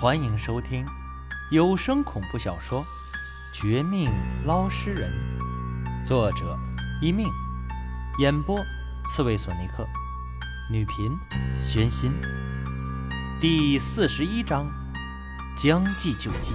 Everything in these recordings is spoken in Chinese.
欢迎收听有声恐怖小说《绝命捞尸人》，作者一命，演播刺猬索尼克，女频宣心。第41章，将计就计。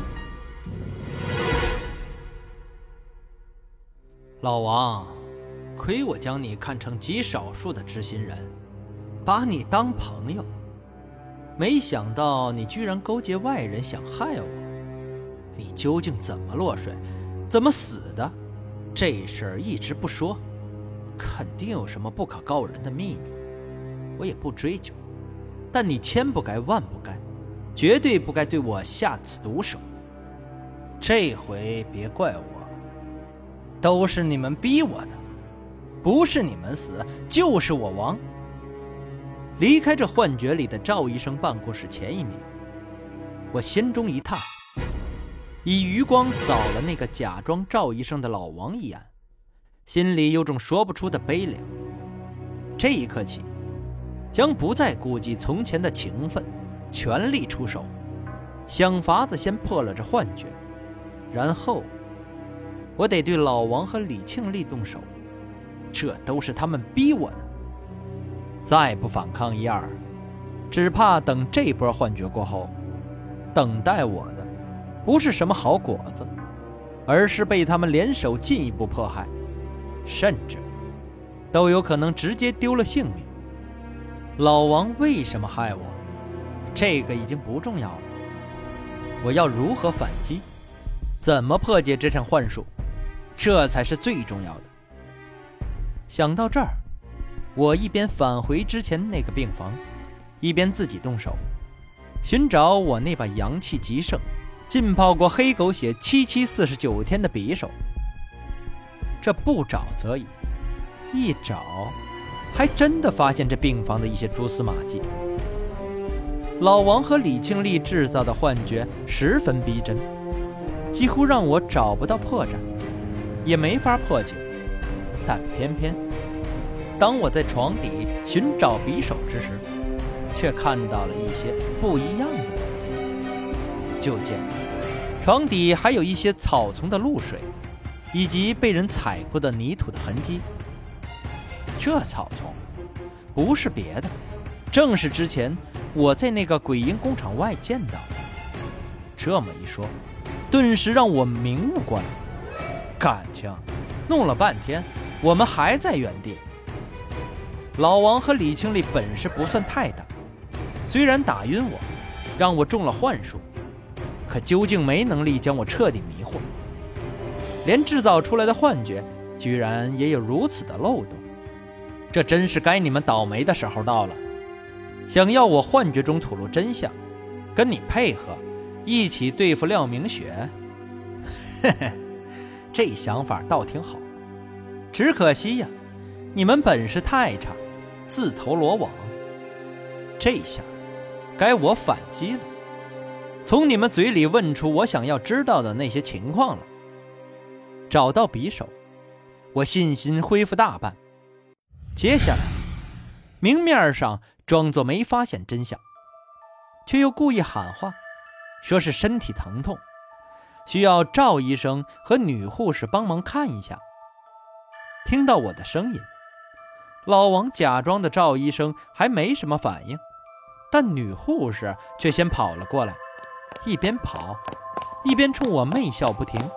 老王，亏我将你看成极少数的知心人，把你当朋友，没想到你居然勾结外人想害我。你究竟怎么落水，怎么死的？这事儿一直不说，肯定有什么不可告人的秘密，我也不追究。但你千不该万不该，绝对不该对我下此毒手。这回别怪我，都是你们逼我的，不是你们死就是我亡。离开这幻觉里的赵医生办公室前一秒，我心中一烫，以余光扫了那个假装赵医生的老王一眼，心里有种说不出的悲凉。这一刻起，将不再顾及从前的情分，全力出手，想法子先破了这幻觉，然后我得对老王和李庆利动手，这都是他们逼我的。再不反抗一二，只怕等这波幻觉过后，等待我的不是什么好果子，而是被他们联手进一步迫害，甚至都有可能直接丢了性命。老王为什么害我，这个已经不重要了，我要如何反击，怎么破解这场幻术，这才是最重要的。想到这儿，我一边返回之前那个病房，一边自己动手寻找我那把阳气极盛、浸泡过黑狗血7749天的匕首。这不找则已，一找还真的发现这病房的一些蛛丝马迹。老王和李庆利制造的幻觉十分逼真，几乎让我找不到破绽，也没法破解。但偏偏当我在床底寻找匕首之时，却看到了一些不一样的东西。就见床底还有一些草丛的露水，以及被人踩过的泥土的痕迹。这草丛不是别的，正是之前我在那个鬼婴工厂外见到的。这么一说，顿时让我明悟过来，感情弄了半天，我们还在原地。老王和李庆利本事不算太大，虽然打晕我，让我中了幻术，可究竟没能力将我彻底迷惑。连制造出来的幻觉居然也有如此的漏洞，这真是该你们倒霉的时候到了。想要我幻觉中吐露真相，跟你配合一起对付廖明雪，嘿嘿，这想法倒挺好。只可惜呀，你们本事太差，自投罗网。这下该我反击了，从你们嘴里问出我想要知道的那些情况了。找到匕首，我信心恢复大半。接下来明面上装作没发现真相，却又故意喊话，说是身体疼痛，需要赵医生和女护士帮忙看一下。听到我的声音，老王假装的赵医生还没什么反应，但女护士却先跑了过来，一边跑一边冲我媚笑不停，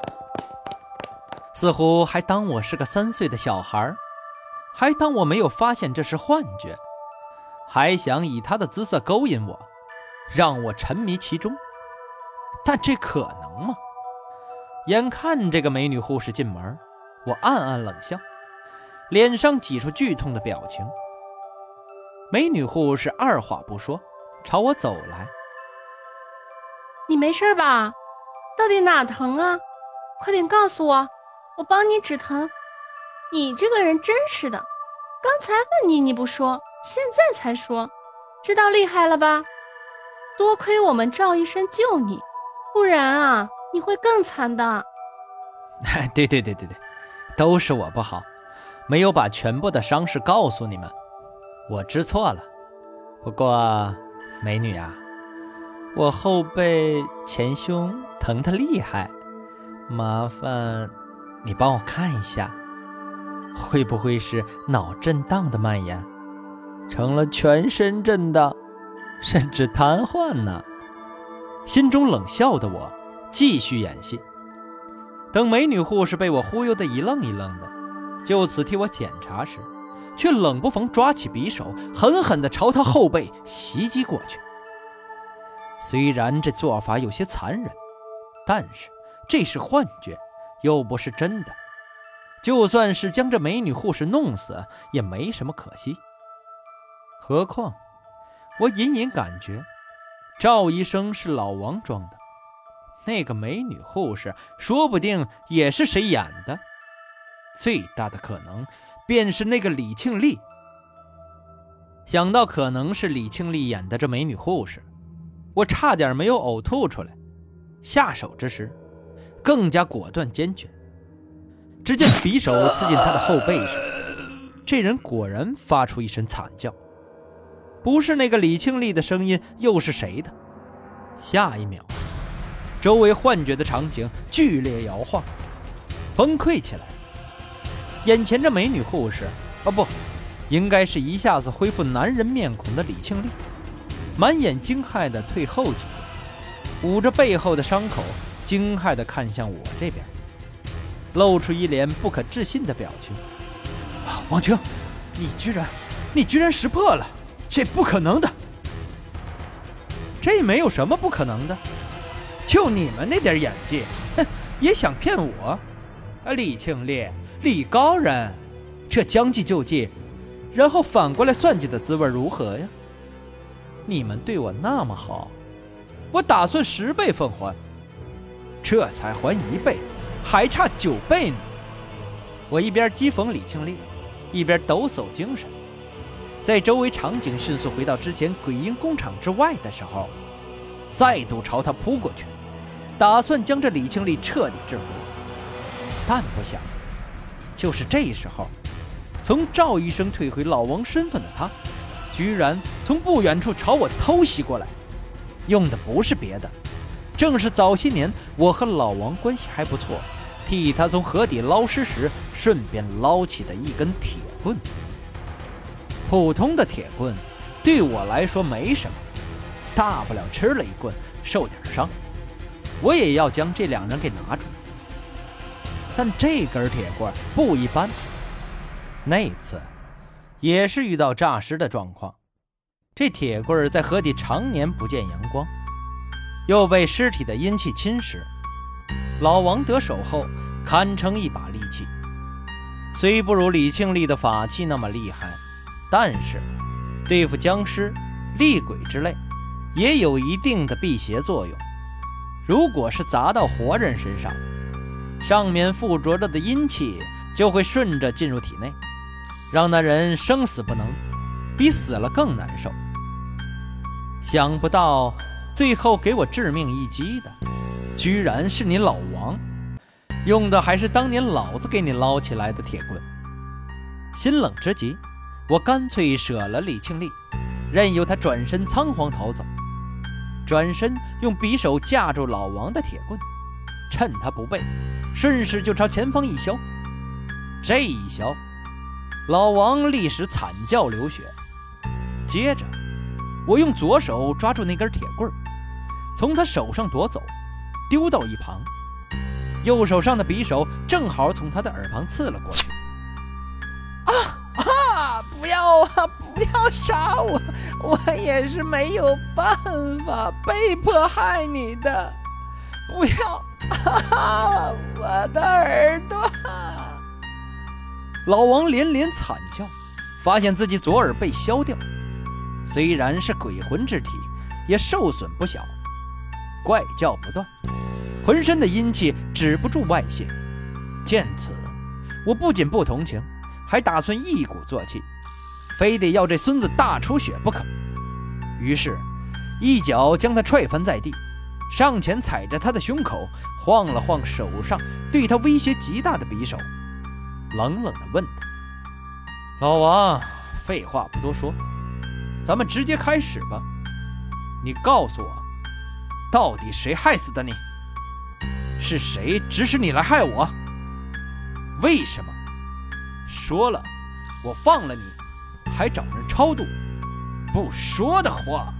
似乎还当我是个3岁的小孩，还当我没有发现这是幻觉，还想以她的姿色勾引我，让我沉迷其中。但这可能吗？眼看这个美女护士进门，我暗暗冷笑，脸上挤出剧痛的表情。美女护士二话不说朝我走来。 你没事吧？到底哪疼啊？快点告诉我，我帮你止疼。你这个人真是的，刚才问你不说，现在才说，知道厉害了吧？多亏我们赵医生救你，不然啊你会更惨的。 对，都是我不好，没有把全部的伤势告诉你们，我知错了。不过美女啊， 我后背前胸疼得厉害，麻烦你帮我看一下，会不会是脑震荡的蔓延，成了全身震荡，甚至瘫痪呢？心中冷笑的我继续演戏，等美女护士被我忽悠得一愣一愣的，就此替我检查时，却冷不防抓起匕首，狠狠地朝她后背袭击过去。虽然这做法有些残忍，但是这是幻觉，又不是真的。就算是将这美女护士弄死，也没什么可惜。何况，我隐隐感觉，赵医生是老王装的，那个美女护士说不定也是谁演的。最大的可能，便是那个李庆丽。想到可能是李庆丽演的这美女护士，我差点没有呕吐出来。下手之时，更加果断坚决。只见匕首刺进他的后背时，这人果然发出一声惨叫。不是那个李庆丽的声音，又是谁的？下一秒，周围幻觉的场景剧烈摇晃，崩溃起来。眼前这美女护士，不，应该是一下子恢复男人面孔的李庆丽，满眼惊骇地退后几步，捂着背后的伤口，惊骇地看向我这边，露出一脸不可置信的表情。王清，你居然识破了，这不可能的。这没有什么不可能的，就你们那点演技，也想骗我？李庆丽，李高人，这将计就计，然后反过来算计的滋味如何呀？你们对我那么好，我打算10倍奉还，这才还1倍，还差9倍呢。我一边讥讽李庆丽，一边抖擞精神，在周围场景迅速回到之前鬼婴工厂之外的时候，再度朝他扑过去，打算将这李庆丽彻底制服。但不想，就是这时候，从赵医生退回老王身份的他，居然从不远处朝我偷袭过来，用的不是别的，正是早些年我和老王关系还不错，替他从河底捞尸时顺便捞起的一根铁棍。普通的铁棍对我来说没什么，大不了吃了一棍受点伤，我也要将这两人给拿住。但这根铁棍不一般，那次也是遇到诈尸的状况。这铁棍在河底常年不见阳光，又被尸体的阴气侵蚀，老王得手后堪称一把利器。虽不如李庆丽的法器那么厉害，但是对付僵尸、厉鬼之类也有一定的辟邪作用。如果是砸到活人身上，上面附着着的阴气就会顺着进入体内，让那人生死不能，比死了更难受。想不到最后给我致命一击的居然是你老王，用的还是当年老子给你捞起来的铁棍。心冷之极，我干脆舍了李庆丽，任由他转身仓皇逃走，转身用匕首架住老王的铁棍，趁他不备，顺势就朝前方一削。这一削，老王立时惨叫流血。接着我用左手抓住那根铁棍，从他手上夺走，丢到一旁，右手上的匕首正好从他的耳旁刺了过去。不要啊，不要杀我，我也是没有办法，被迫害你的，不要，我的耳朵。老王连连惨叫，发现自己左耳被削掉，虽然是鬼魂之体，也受损不小，怪叫不断，浑身的阴气止不住外泄。见此，我不仅不同情，还打算一鼓作气，非得要这孙子大出血不可。于是一脚将他踹翻在地，上前踩着他的胸口，晃了晃手上对他威胁极大的匕首，冷冷地问他：老王，废话不多说，咱们直接开始吧。你告诉我， 到底谁害死的你？是谁指使你来害我？为什么？说了，我放了你，还找人超度。不说的话。